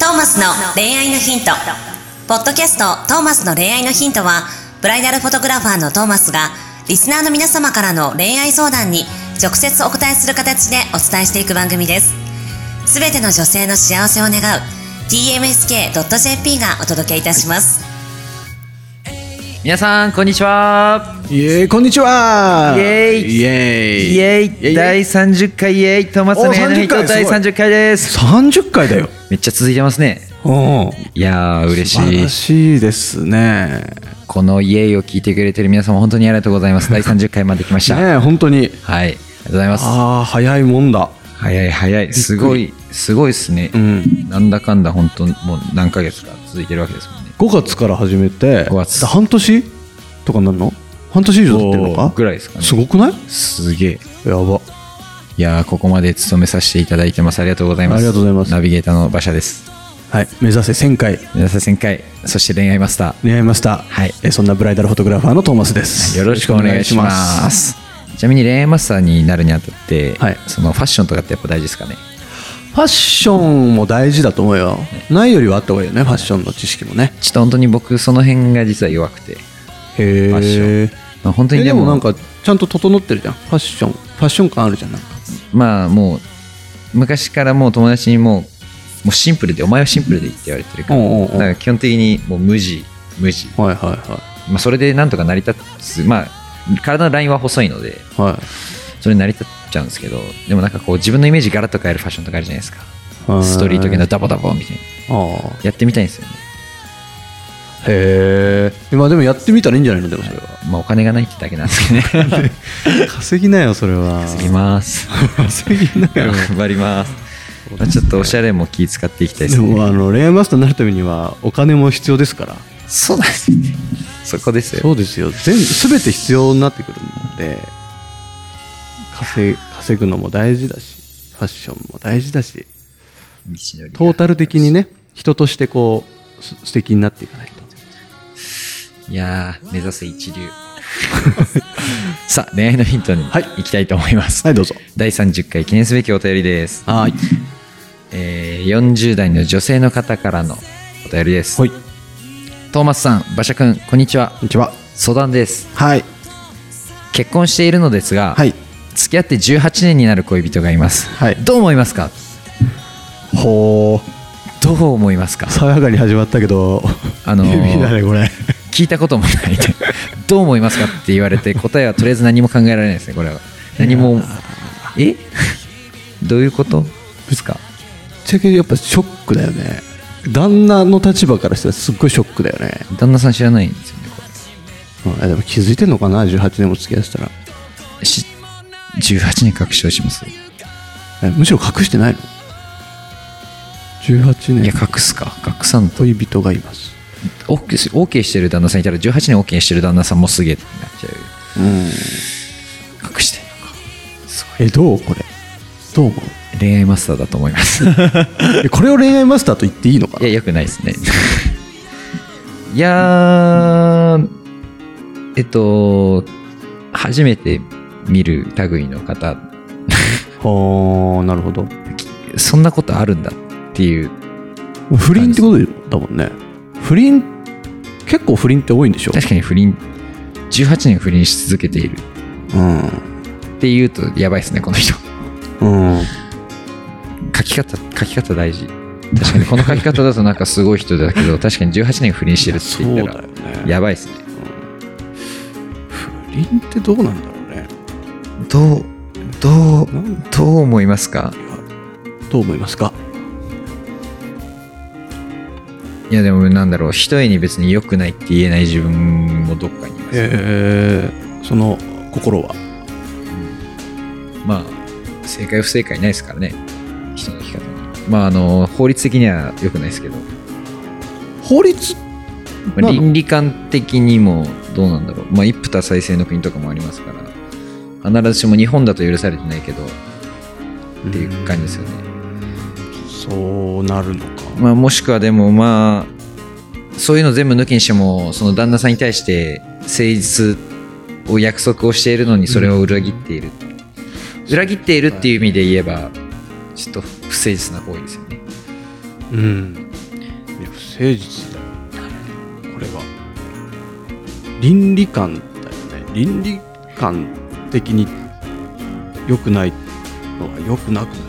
トーマスの恋愛のヒント。ポッドキャストトーマスの恋愛のヒントは、ブライダルフォトグラファーのトーマスがリスナーの皆様からの恋愛相談に直接お答えする形でお伝えしていく番組です。すべての女性の幸せを願う tmsk.jp がお届けいたします。 皆さんこんにちは。 イエーイ、こんにちは。 イエーイイエーイイエーイ。第30回イエーイ。トーマスの恋愛のヒント第30回です。 30回だよ。 めっちゃ続いてますね。いやー嬉しい。 素晴らしいですね。 このイエーイを聞いてくれてる皆様本当にありがとうございます。第30回まで来ましたね。本当にはい、ありがとうございます。 早いもんだ。 早いすごいですね、なんだかんだ本当もう何ヶ月か続いてるわけですもんね。 5月から始めて 5月半年とかなんの？半年以上経ってるのかぐらいですかね。 すごくない？ すげえやば。 いやーここまで務めさせていただいてます。ありがとうございます。 ありがとうございます。 ナビゲーターの馬車です。 はい、目指せ1000回。 目指せ1000回。そして恋愛マスター。はい。 そんなブライダルフォトグラファーのトーマスです。 よろしくお願いします。ちなみに恋愛マスターになるにあたって、そのファッションとかってやっぱ大事ですかね？ ファッションも大事だと思うよ。ないよりはあった方がいいよね、ファッションの知識もね。 ちょっと本当に僕その辺が実は弱くて。 へファッション、まあ、本当にでもなんかちゃんと整ってるじゃん。ファッション感あるじゃん。なんかまあもう昔からもう友達にもうシンプルで、お前はシンプルでいいって言われてるから、だから基本的にもう無地、まあ、それでなんとか成り立つ、まあ体のラインは細いので、それ成り立っちゃうんですけど、でもなんかこう自分のイメージガラッと変えるファッションとかあるじゃないですか。ストリート系のダボダボみたいな、やってみたいんですよね。 へえ。まあでもやってみたらいいんじゃないの？でもそれはまあお金がないってだけなんですけどね。 稼ぎなよそれは。 稼ぎます。 稼ぎなよ。 頑張ります。まあ、ちょっとおしゃれも気使っていきたいですね。 でも恋愛マスターになるためにはお金も必要ですから。 そうなんですね。そこですよ。 そうですよ。全て必要になってくるので、稼ぐのも大事だし、ファッションも大事だし、トータル的にね、人としてこう素敵になっていかないと。 いやー、目指せ一流。さあ恋愛のヒントにいきたいと思います。 はい、どうぞ。 第30回記念すべきお便りです。 はい。 40代の女性の方からのお便りです。 はい。 トーマスさん、馬車くん、こんにちは。 こんにちは。 相談です。 はい。 結婚しているのですが、付き合って18年になる恋人がいます。どう思いますか？ ほう。どう思いますか？ 爽やかに始まったけど、指だねこれ。 聞いたこともないでどう思いますかって言われて、答えはとりあえず何も考えられないですね。これは何もどういうことですか？ やっぱショックだよね。旦那の立場からしたらすっごいショックだよね。 旦那さん知らないんですよねこれ。 でも気づいてんのかな、18年も付き合ってたら。 18年隠し通します？ むしろ隠してないの？18年。 いや隠すか、隠さんと。 恋人がいます。 OK してる旦那さんいたら、18年 OK してる旦那さんもすげえってなっちゃう。隠してんのか。 どうこれどう思う？ 恋愛マスターだと思います。 これを恋愛マスターと言っていいのかな？ いや、よくないですね。いや初めて見る類の方。 なるほど。 そんなことあるんだっていう。 不倫ってことだもんね。不倫、結構不倫って多いんでしょ？ 確かに不倫、18年不倫し続けている。っていうとやばいですね、この人。書き方大事。確かにこの書き方だとなんかすごい人だけど、確かに18年不倫してるって言ったらやばいですね。 不倫ってどうなんだろうね。 どう思いますか？ どう思いますか？ いやでもなんだろう、一重に別に良くないって言えない自分もどっかにいます。 その心は、 まあ正解不正解ないですからね、人の生き方に。まあ法律的には良くないですけど、 法律、 倫理観的にもどうなんだろう。まあ一夫多妻制の国とかもありますから、必ずしも日本だと許されてないけどっていう感じですよね。 そうなるのか。 まあもしくはでもまあそういうの全部抜きにしても、その旦那さんに対して誠実を約束をしているのにそれを裏切っている、裏切っているっていう意味で言えばちょっと不誠実な行為ですよね。 うん、いや不誠実だよこれは。倫理観だよね。倫理観的に良くないのは良くなくない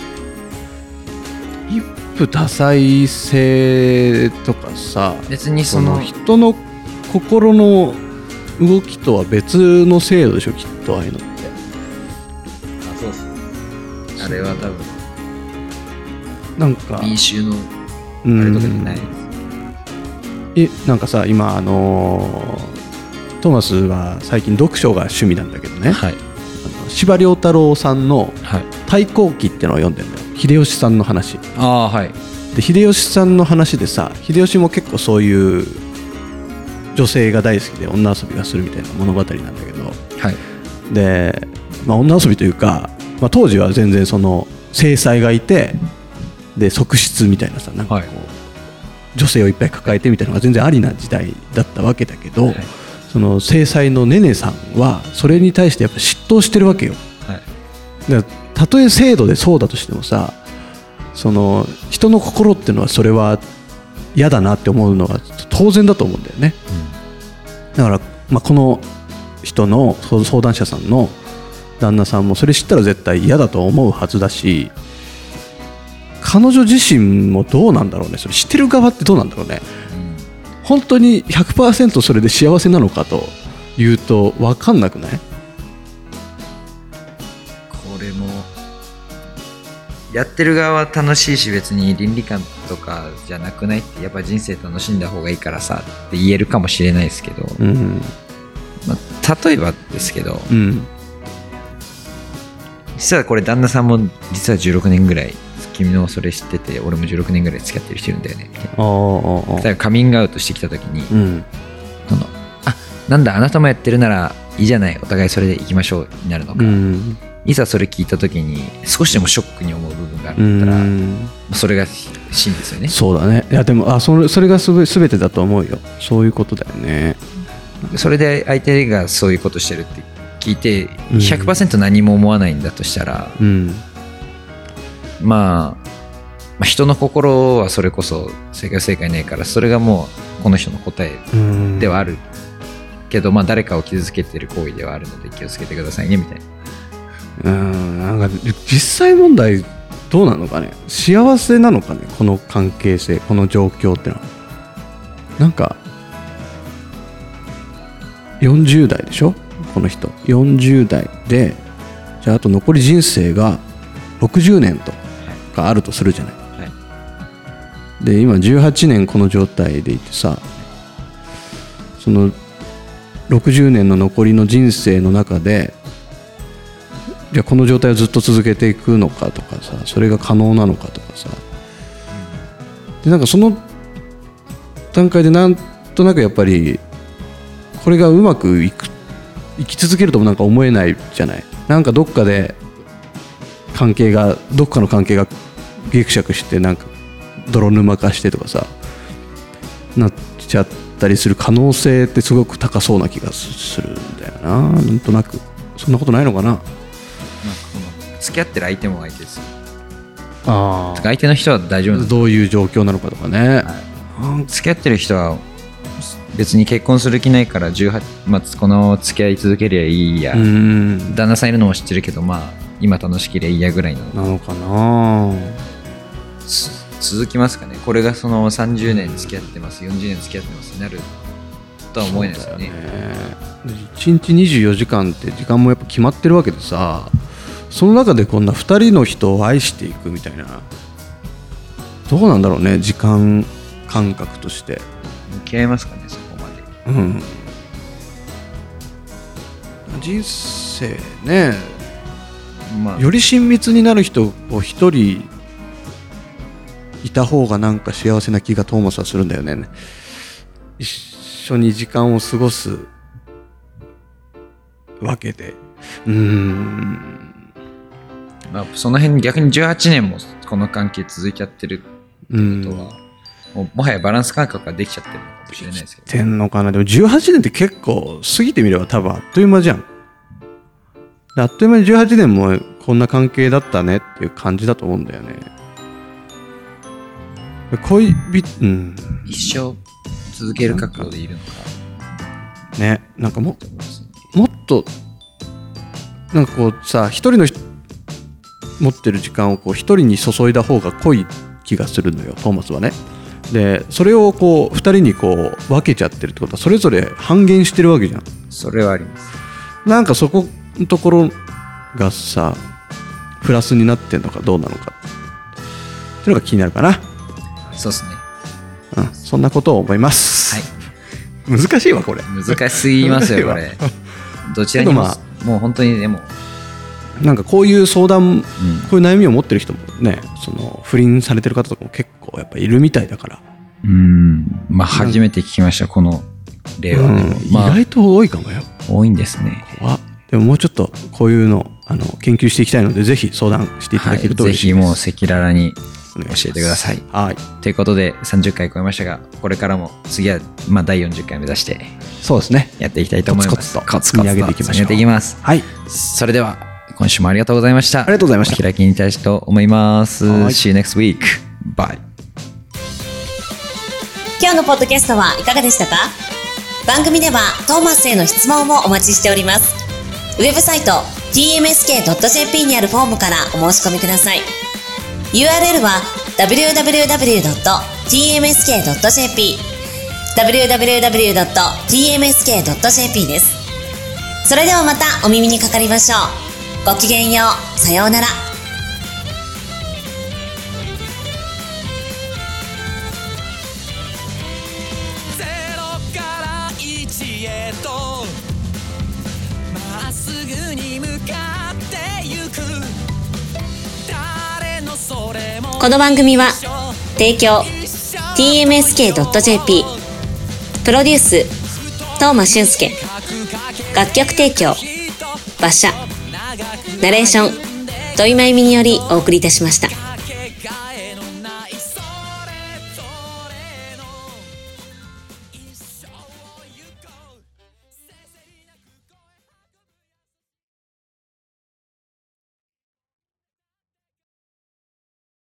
。一夫多妻制とかさ、 別にその人の心の動きとは別の制度でしょきっと、ああいうのって。 あ、そうそう。あれは多分なんか民衆のあれとかじゃないです。なんかさ、今トーマスは最近読書が趣味なんだけどね、はい、司馬遼太郎さんの「太閤記」ってのを読んでんだよ。秀吉さんの話。 あ、はい、 で秀吉さんの話でさ、秀吉も結構そういう女性が大好きで女遊びがするみたいな物語なんだけど、はい、で、女遊びというか、当時は全然その正妻がいて、で側室みたいなさ、なんかこう、はい、女性をいっぱい抱えてみたいなのが全然ありな時代だったわけだけど、はい、その正妻のネネさんはそれに対してやっぱ嫉妬してるわけよ、はい、だからたとえ制度でそうだとしてもさ、その人の心っていうのはそれは嫌だなって思うのが当然だと思うんだよね、うん、だから、この人の相談者さんの旦那さんもそれ知ったら絶対嫌だと思うはずだし、彼女自身もどうなんだろうね。それ知ってる側ってどうなんだろうね、うん、本当に 100% それで幸せなのかというと分かんなくない？ これもやってる側は楽しいし、別に倫理観とかじゃなくないって、やっぱ人生楽しんだ方がいいからさって言えるかもしれないですけど、うん、例えばですけど、うん、実はこれ旦那さんも実は16年ぐらい君のそれ知ってて、俺も16年ぐらい付き合ってる人いるんだよねみたいな。例えばカミングアウトしてきた時に、うん、なんだあなたもやってるならいいじゃない、お互いそれでいきましょうになるのか、うん、いざそれ聞いた時に少しでもショックに思う部分があるんだったら、うん、それが真ですよね。 そうだね。いやでもそれが全てだと思うよ。そういうことだよね。 それで相手がそういうことしてるって聞いて 100% 何も思わないんだとしたら、うん、人の心はそれこそ正解正解ないから、それがもうこの人の答えではあるけど、誰かを傷つけてる行為ではあるので気をつけてくださいねみたいな。 なんか実際問題どうなのかね。幸せなのかね、この関係性、この状況ってのは。なんか40代でしょこの人。40代で、じゃああと残り人生が60年とかあるとするじゃない、はい、で今18年この状態でいてさ、その60年の残りの人生の中で、じゃあこの状態をずっと続けていくのかとかさ、それが可能なのかとかさ、でなんかその段階でなんとなくやっぱりこれがうまくいき続けるともなんか思えないじゃない。なんかどっかの関係がギクシャクしてなんか泥沼化してとかさなっちゃったりする可能性ってすごく高そうな気がするんだよな。なんとなくそんなことないのかな。なんか付き合ってる相手も相手ですよ。相手の人は大丈夫なんですか。 どういう状況なのかとかね、 はい、付き合ってる人は別に結婚する気ないからこの付き合い続けりゃいいや、旦那さんいるのも知ってるけど、今楽しければいいやぐらいなのかな。 続きますかね。これがその30年付き合ってます40年付き合ってますになるとは思えないですよね。 1日24時間って時間もやっぱ決まってるわけでさ、その中でこんな2人の人を愛していくみたいな、どうなんだろうね、時間感覚として向き合いますかね、そこまで。うん、 人生ね、より親密になる人を一人いた方がなんか幸せな気がトーマスはするんだよね。一緒に時間を過ごすわけで、 その辺逆に18年もこの関係続いちゃってるってことは、もはやバランス感覚ができちゃってるのかもしれないですけど、 てんのかな。でも18年って結構過ぎてみれば多分あっという間じゃん。あっという間に18年もこんな関係だったねっていう感じだと思うんだよね。 恋人、 一生続ける覚悟でいるのかね。なんかもっとなんかこうさ、一人の持ってる時間をこう一人に注いだ方が濃い気がするのよ、トーマスはね。でそれをこう二人にこう分けちゃってるってことは、それぞれ半減してるわけじゃん。 それはあります。 なんかそこのところがさ、プラスになってんのかどうなのかっていうのが気になるかな。 そうですね。 そんなことを思います。 はい。 難しいわこれ。 難しすぎますよこれ。どちらにも、もう本当にでもなんかこういう相談、こういう悩みを持ってる人もね、その不倫されてる方とかも結構やっぱいるみたいだから。 まあ初めて聞きましたこの例は、 意外と多いかもよ。 多いんですね。 でももうちょっとこういうの研究していきたいので、ぜひ相談していただけると嬉しいです。 ぜひもう赤裸々に教えてください。 はい。 ということで30回超えましたが、これからも次はまあ第40回目指してそうですね、 やっていきたいと思います。 コツコツと積み上げていきましょう。 積み上げていきます。 はい。 それでは今週もありがとうございました。 ありがとうございました。 お開きにしたいと思います。See you next week. Bye. 今日のポッドキャストはいかがでしたか？番組ではトーマスへの質問もお待ちしております。ウェブサイト tmsk.jp にあるフォームからお申し込みください。URL は www.tmsk.jp www.tmsk.jp です。それではまたお耳にかかりましょう。ごきげんよう。さようなら。 ゼロから1へとまっすぐに向かってゆく。誰のそれもこの番組は提供 tmsk.jp プロデュース東間俊介、楽曲提供馬車、ナレーション土井真由美によりお送りいたしました。